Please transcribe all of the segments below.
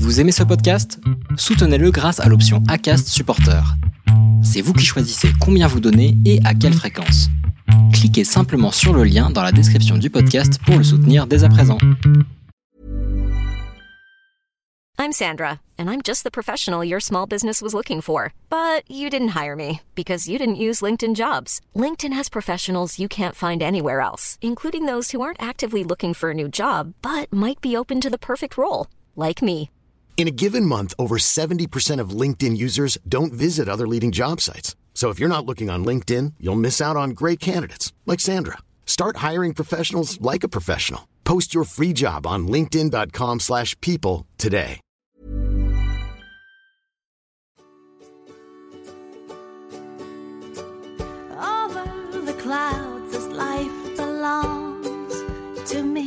Vous aimez ce podcast ? Soutenez-le grâce à l'option Acast Supporter. C'est vous qui choisissez combien vous donnez et à quelle fréquence. Cliquez simplement sur le lien dans la description du podcast pour le soutenir dès à présent. I'm Sandra, and I'm just the professional your small business was looking for. But you didn't hire me because you didn't use LinkedIn Jobs. LinkedIn has professionals you can't find anywhere else, including those who aren't actively looking for a new job, but might be open to the perfect role, like me. In a given month, over 70% of LinkedIn users don't visit other leading job sites. So if you're not looking on LinkedIn, you'll miss out on great candidates like Sandra. Start hiring professionals like a professional. Post your free job on linkedin.com/people today. Over the clouds, this life belongs to me.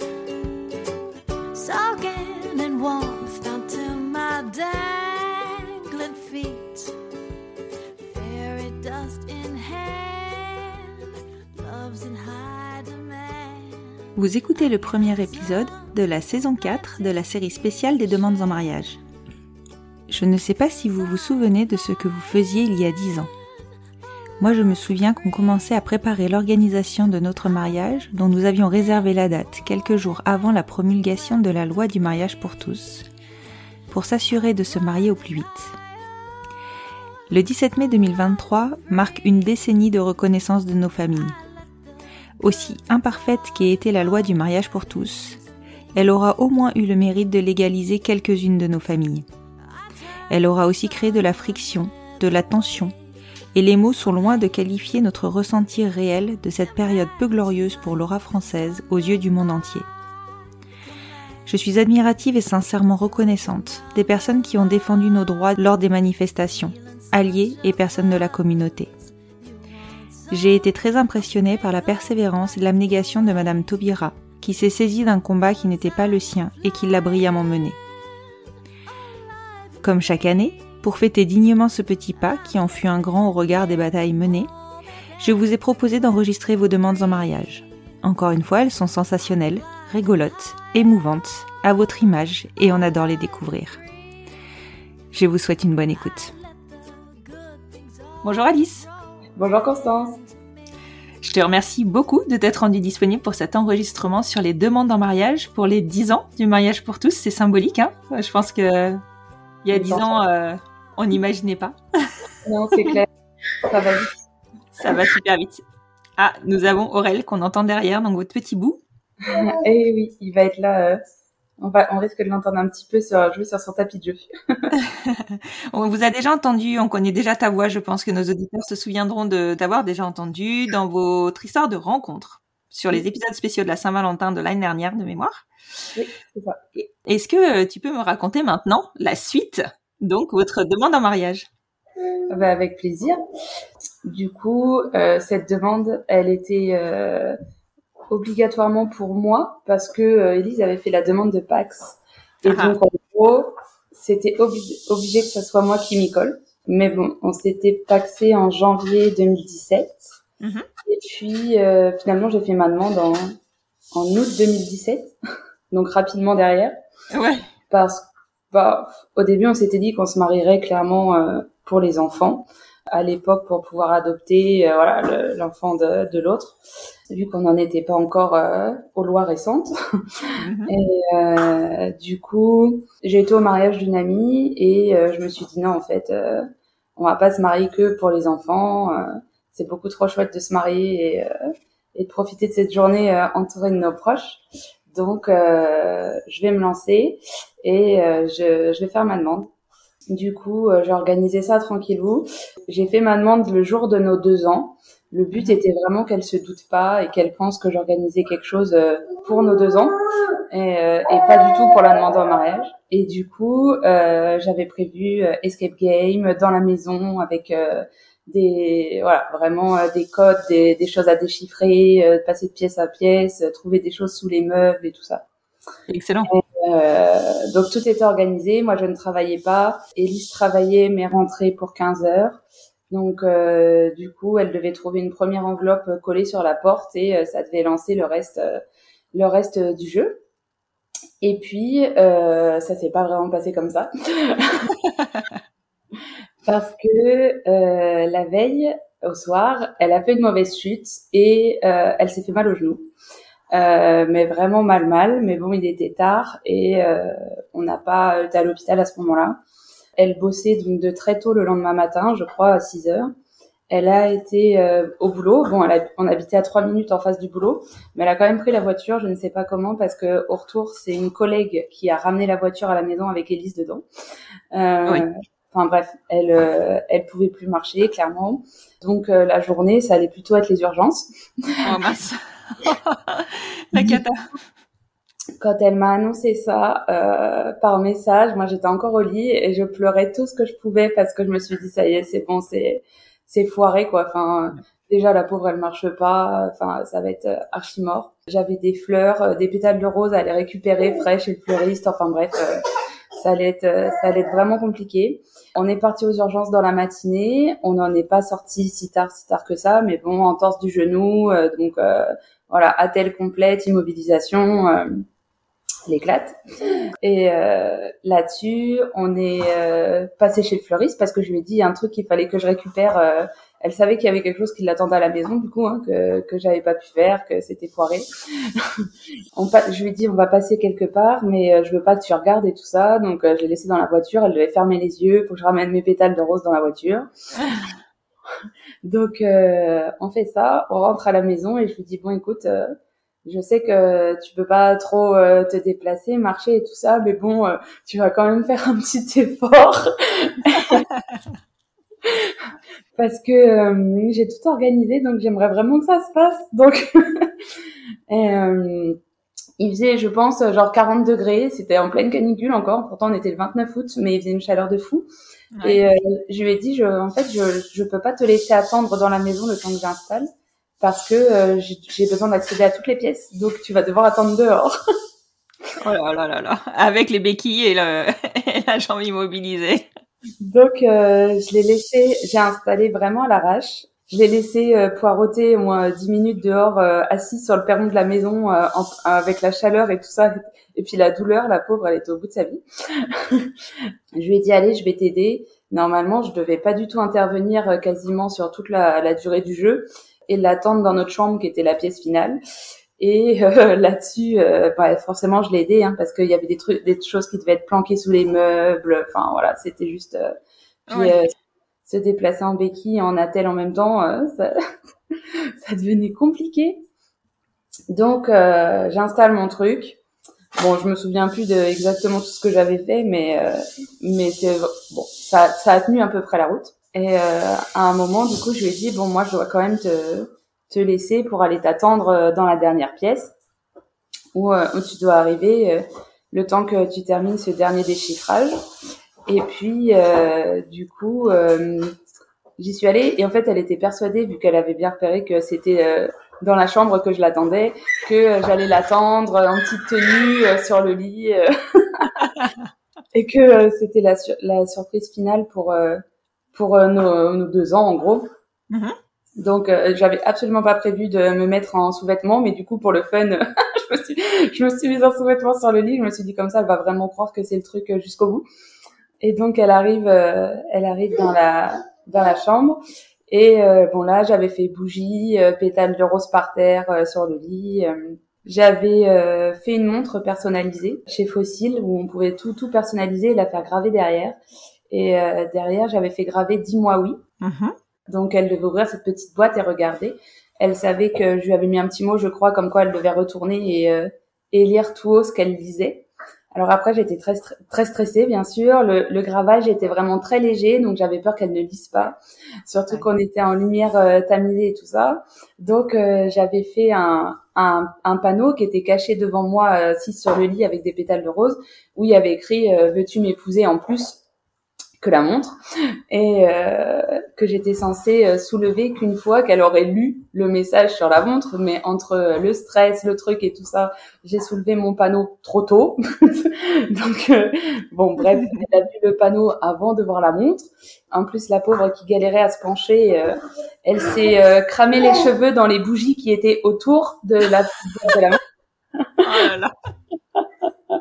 Soaking in warmth down to my dangling feet. Fairy dust in hand, love's in high demand. Vous écoutez le premier épisode de la saison 4 de la série spéciale des demandes en mariage. Je ne sais pas si vous vous souvenez de ce que vous faisiez il y a 10 ans. Moi, je me souviens qu'on commençait à préparer l'organisation de notre mariage, dont nous avions réservé la date quelques jours avant la promulgation de la loi du mariage pour tous, pour s'assurer de se marier au plus vite. Le 17 mai 2023 marque une décennie de reconnaissance de nos familles. Aussi imparfaite qu'ait été la loi du mariage pour tous, elle aura au moins eu le mérite de légaliser quelques-unes de nos familles. Elle aura aussi créé de la friction, de la tension, et les mots sont loin de qualifier notre ressenti réel de cette période peu glorieuse pour l'aura française aux yeux du monde entier. Je suis admirative et sincèrement reconnaissante des personnes qui ont défendu nos droits lors des manifestations, alliés et personnes de la communauté. J'ai été très impressionnée par la persévérance et l'abnégation de Madame Taubira, qui s'est saisie d'un combat qui n'était pas le sien et qui l'a brillamment mené. Comme chaque année, pour fêter dignement ce petit pas qui en fut un grand au regard des batailles menées, je vous ai proposé d'enregistrer vos demandes en mariage. Encore une fois, elles sont sensationnelles, rigolotes, émouvantes, à votre image et on adore les découvrir. Je vous souhaite une bonne écoute. Bonjour Alice. Bonjour Constance. Je te remercie beaucoup de t'être rendue disponible pour cet enregistrement sur les demandes en mariage pour les 10 ans du mariage pour tous. C'est symbolique, hein ? Je pense que il y a 10 ans, on n'imaginait pas. Non, c'est clair. Ça va vite. Ça va super vite. Ah, nous avons Aurel qu'on entend derrière, donc votre petit bout. Eh oui, il va être là. On risque de l'entendre un petit peu jouer sur son tapis de jeu. On vous a déjà entendu, on connaît déjà ta voix. Je pense que nos auditeurs se souviendront de t'avoir déjà entendu dans votre histoire de rencontre sur les épisodes spéciaux de la Saint-Valentin de l'année dernière de mémoire. Oui, c'est ça. Est-ce que tu peux me raconter maintenant la suite, donc votre demande en mariage ? Avec plaisir. Du coup, cette demande, elle était obligatoirement pour moi parce que Élise avait fait la demande de Pacs. Et donc, en gros, c'était obligé que ce soit moi qui m'y colle. Mais bon, on s'était pacsé en janvier 2017. Mm-hmm. Et puis, finalement, j'ai fait ma demande en août 2017. Donc, rapidement derrière. Ouais. Parce que, au début, on s'était dit qu'on se marierait clairement pour les enfants. À l'époque, pour pouvoir adopter l'enfant de l'autre, vu qu'on n'en était pas encore aux lois récentes. Mm-hmm. Et du coup, j'ai été au mariage d'une amie et je me suis dit non, en fait, on va pas se marier que pour les enfants. C'est beaucoup trop chouette de se marier et de profiter de cette journée entourée de nos proches. Donc, je vais me lancer et je vais faire ma demande. Du coup, j'ai organisé ça tranquillou. J'ai fait ma demande le jour de nos 2 ans. Le but était vraiment qu'elle se doute pas et qu'elle pense que j'organisais quelque chose pour nos 2 ans et pas du tout pour la demande en mariage. Et du coup, j'avais prévu escape game dans la maison avec vraiment des codes, des choses à déchiffrer, passer de pièce à pièce, trouver des choses sous les meubles et tout ça. Excellent. Donc tout était organisé. Moi, je ne travaillais pas. Élise travaillait, mais rentrait pour 15 heures. Donc, du coup, elle devait trouver une première enveloppe collée sur la porte et ça devait lancer le reste du jeu. Et puis, ça s'est pas vraiment passé comme ça. Parce que la veille, au soir, elle a fait une mauvaise chute et elle s'est fait mal au genou. Mais vraiment mal. Mais bon, il était tard et on n'a pas été à l'hôpital à ce moment-là. Elle bossait donc de très tôt le lendemain matin, je crois à 6 heures. Elle a été au boulot. Bon, on habitait à 3 minutes en face du boulot, mais elle a quand même pris la voiture, je ne sais pas comment, parce que au retour, c'est une collègue qui a ramené la voiture à la maison avec Élise dedans. Oui. Enfin bref, elle pouvait plus marcher, clairement. Donc la journée, ça allait plutôt être les urgences. Oh mince. La cata. Quand elle m'a annoncé ça par message, moi j'étais encore au lit et je pleurais tout ce que je pouvais parce que je me suis dit ça y est, c'est bon, c'est foiré quoi. Enfin déjà la pauvre elle marche pas, enfin ça va être archi mort. J'avais des fleurs, des pétales de rose à aller récupérer frais chez le fleuriste. Enfin bref, ça allait être vraiment compliqué. On est parti aux urgences dans la matinée. On n'en est pas sorti si tard que ça, mais bon, entorse du genou, donc voilà, attelle complète, immobilisation. L'éclate. Et là-dessus, on est passé chez le fleuriste parce que je lui ai dit un truc qu'il fallait que je récupère. Elle savait qu'il y avait quelque chose qui l'attendait à la maison, du coup, hein, que j'avais pas pu faire, que c'était foiré. Je lui ai dit on va passer quelque part, mais je veux pas que tu regardes et tout ça. Donc je l'ai laissé dans la voiture. Elle devait fermer les yeux pour que je ramène mes pétales de rose dans la voiture. Donc on fait ça, on rentre à la maison et je lui dis bon écoute. Je sais que tu peux pas trop te déplacer, marcher et tout ça, mais bon, tu vas quand même faire un petit effort. Parce que j'ai tout organisé, donc j'aimerais vraiment que ça se passe. Donc, il faisait, je pense, genre 40 degrés. C'était en pleine canicule encore. Pourtant, on était le 29 août, mais il faisait une chaleur de fou. Ouais. Et je lui ai dit, en fait, je peux pas te laisser attendre dans la maison le temps que j'installe. Parce que j'ai besoin d'accéder à toutes les pièces, donc tu vas devoir attendre dehors. Oh là là là là, avec les béquilles et la jambe immobilisée. Donc je l'ai laissé, j'ai installé vraiment à l'arrache. Je l'ai laissé poireauter au moins 10 minutes dehors, assise sur le perron de la maison, avec la chaleur et tout ça. Et puis la douleur, la pauvre, elle était au bout de sa vie. Je lui ai dit, allez, je vais t'aider. Normalement, je devais pas du tout intervenir quasiment sur toute la durée du jeu. Et l'attendre dans notre chambre qui était la pièce finale. Et là-dessus, forcément, je l'ai aidé parce qu'il y avait des choses qui devaient être planquées sous les meubles. Enfin voilà, c'était juste. Se déplacer en béquille et en attelle en même temps, ça devenait compliqué. Donc j'installe mon truc. Bon, je me souviens plus de exactement tout ce que j'avais fait, mais c'est bon, ça a tenu à peu près la route. Et à un moment, du coup, je lui ai dit, bon, moi, je dois quand même te laisser pour aller t'attendre dans la dernière pièce où tu dois arriver le temps que tu termines ce dernier déchiffrage. Et puis, du coup, j'y suis allée. Et en fait, elle était persuadée, vu qu'elle avait bien repéré que c'était dans la chambre que je l'attendais, que j'allais l'attendre en petite tenue sur le lit. Et que c'était la surprise finale pour nos 2 ans en gros. Mm-hmm. Donc j'avais absolument pas prévu de me mettre en sous-vêtements, mais du coup pour le fun, je me suis mise en sous-vêtements sur le lit. Je me suis dit comme ça, elle va vraiment croire que c'est le truc jusqu'au bout. Et donc elle arrive dans la chambre. Et bon là j'avais fait bougie, pétales de rose par terre sur le lit. J'avais fait une montre personnalisée chez Fossil où on pouvait tout personnaliser et la faire graver derrière. Et derrière, j'avais fait graver 10 mois oui. Mm-hmm. Donc, elle devait ouvrir cette petite boîte et regarder. Elle savait que je lui avais mis un petit mot, je crois, comme quoi elle devait retourner et lire tout haut ce qu'elle disait. Alors après, j'étais très stressée, bien sûr. Le gravage était vraiment très léger, donc j'avais peur qu'elle ne lise pas. Surtout qu'on était en lumière tamisée et tout ça. Donc, j'avais fait un panneau qui était caché devant moi, assis sur le lit avec des pétales de rose, où il y avait écrit « Veux-tu m'épouser en plus ?» que la montre, et que j'étais censée soulever qu'une fois qu'elle aurait lu le message sur la montre, mais entre le stress, le truc et tout ça, j'ai soulevé mon panneau trop tôt. Donc bon bref, elle a vu le panneau avant de voir la montre. En plus la pauvre qui galérait à se pencher, elle s'est cramé les cheveux dans les bougies qui étaient autour de la montre. Oh là là.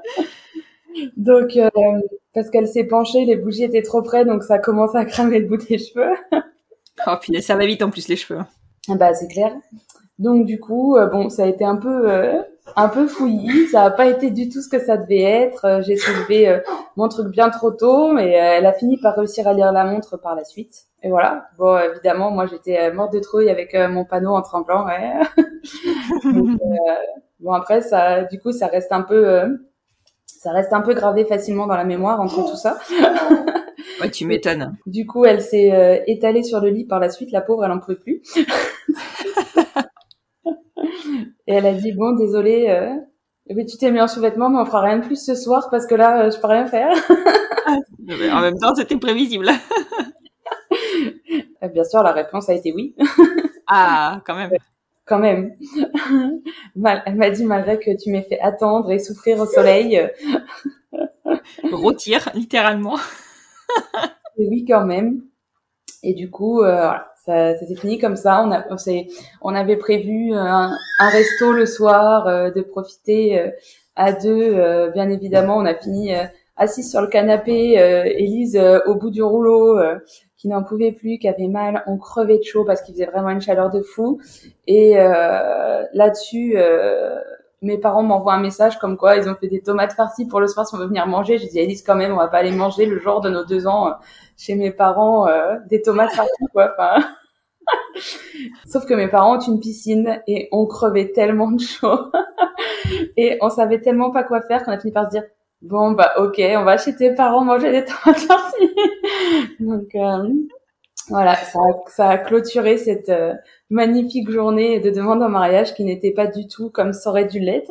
Donc, parce qu'elle s'est penchée, les bougies étaient trop près, donc ça a commencé à cramer le bout des cheveux. Oh punaise, ça va vite en plus les cheveux. Bah c'est clair. Donc du coup, bon, ça a été un peu fouillis, ça a pas été du tout ce que ça devait être. J'ai soulevé mon truc bien trop tôt, mais elle a fini par réussir à lire la montre par la suite. Et voilà. Bon, évidemment, moi j'étais morte de trouille avec mon panneau en tremblant. Ouais. Donc, bon après, ça, du coup, ça reste un peu gravé facilement dans la mémoire entre tout ça. Ouais, tu m'étonnes. Du coup, elle s'est étalée sur le lit par la suite. La pauvre, elle en pouvait plus. Et elle a dit, bon, désolée, mais tu t'es mis en sous-vêtements, mais on fera rien de plus ce soir parce que là, je peux rien faire. Mais en même temps, c'était prévisible. Bien sûr, la réponse a été oui. Ah, quand même. Quand même. Elle m'a dit, malgré que tu m'aies fait attendre et souffrir au soleil. Rôtir, littéralement. Et oui, quand même. Et du coup, voilà, ça s'est fini comme ça. On avait prévu un resto le soir, de profiter à deux. Bien évidemment, on a fini assise sur le canapé. Élise au bout du rouleau, qui n'en pouvait plus, qui avait mal. On crevait de chaud parce qu'il faisait vraiment une chaleur de fou. Et là-dessus, mes parents m'envoient un message comme quoi ils ont fait des tomates farcies pour le soir si on veut venir manger. J'ai dit à Élise, quand même, on va pas aller manger le jour de nos 2 ans chez mes parents des tomates farcies, quoi. Enfin... Sauf que mes parents ont une piscine et on crevait tellement de chaud et on savait tellement pas quoi faire qu'on a fini par se dire, bon bah ok, on va chez tes parents manger des tomates farcies. Donc voilà, ça a clôturé cette magnifique journée de demande en mariage qui n'était pas du tout comme ça aurait dû l'être.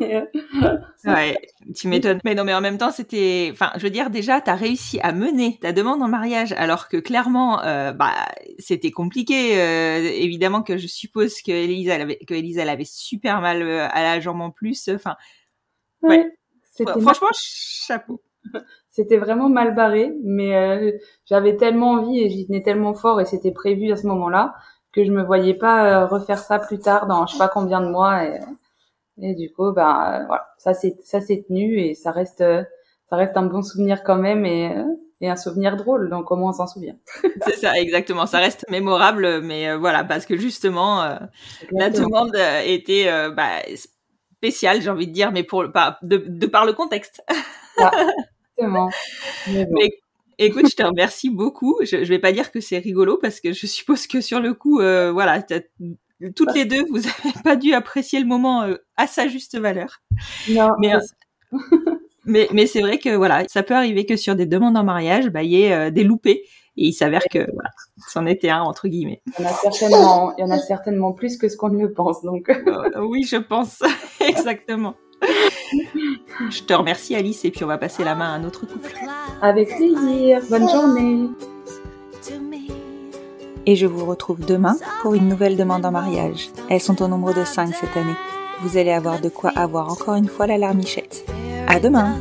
Ouais, tu m'étonnes. Mais non, mais en même temps, c'était... Enfin, je veux dire, déjà, t'as réussi à mener ta demande en mariage alors que clairement, c'était compliqué. Évidemment que je suppose que Élise, elle avait super mal à la jambe en plus. Enfin, ouais. Franchement, chapeau. C'était vraiment mal barré, mais j'avais tellement envie et j'y tenais tellement fort et c'était prévu à ce moment-là que je me voyais pas refaire ça plus tard dans je sais pas combien de mois et du coup voilà, ça s'est tenu et ça reste un bon souvenir quand même et un souvenir drôle, donc au moins on s'en souvient. C'est ça, exactement, ça reste mémorable, mais voilà, parce que justement la demande était spéciale, j'ai envie de dire, mais de par le contexte. Ah. Exactement. Mais écoute, je te remercie beaucoup. Je vais pas dire que c'est rigolo parce que je suppose que sur le coup, voilà, toutes les deux, vous avez pas dû apprécier le moment à sa juste valeur. Non. Mais c'est vrai que voilà, ça peut arriver que sur des demandes en mariage, il y ait des loupés. Et il s'avère que voilà, c'en était un entre guillemets. Il y en a certainement plus que ce qu'on ne le pense, donc. Oui, je pense exactement. Je te remercie Alice et puis on va passer la main à un autre couple. Avec plaisir, bonne journée. Et je vous retrouve demain pour une nouvelle demande en mariage. Elles sont au nombre de 5 cette année. Vous allez avoir de quoi avoir encore une fois la larmichette. À demain.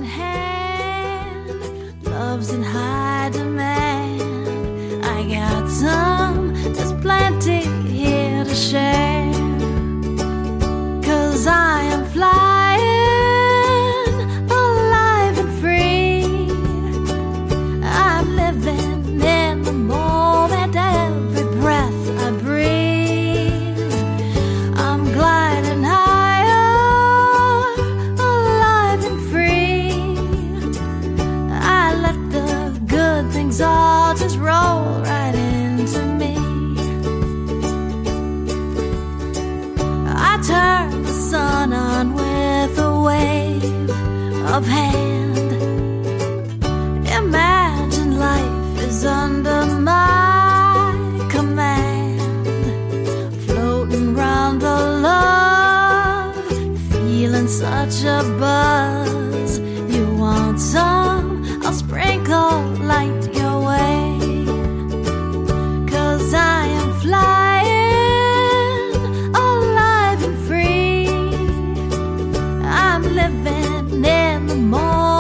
All just roll right into me. I turn the sun on with a wave of hand. Imagine life is under my command. Floating round the love, feeling such a buzz. You want some? I'll sprinkle light your way. 'Cause I am flying, alive and free. I'm living in the moment.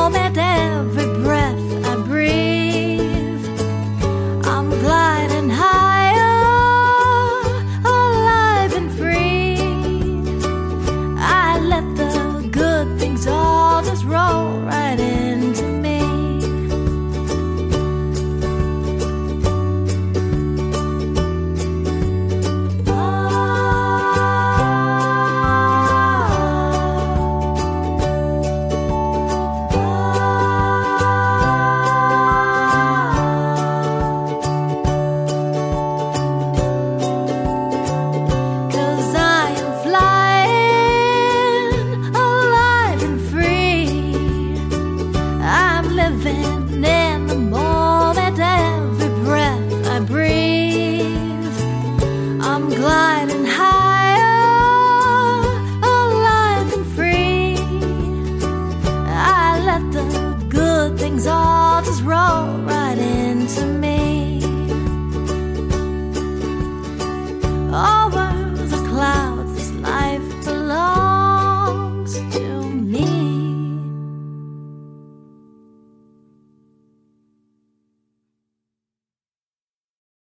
living in the moment, every breath I breathe. I'm gliding higher, alive and free. I let the good things all just roll right into me.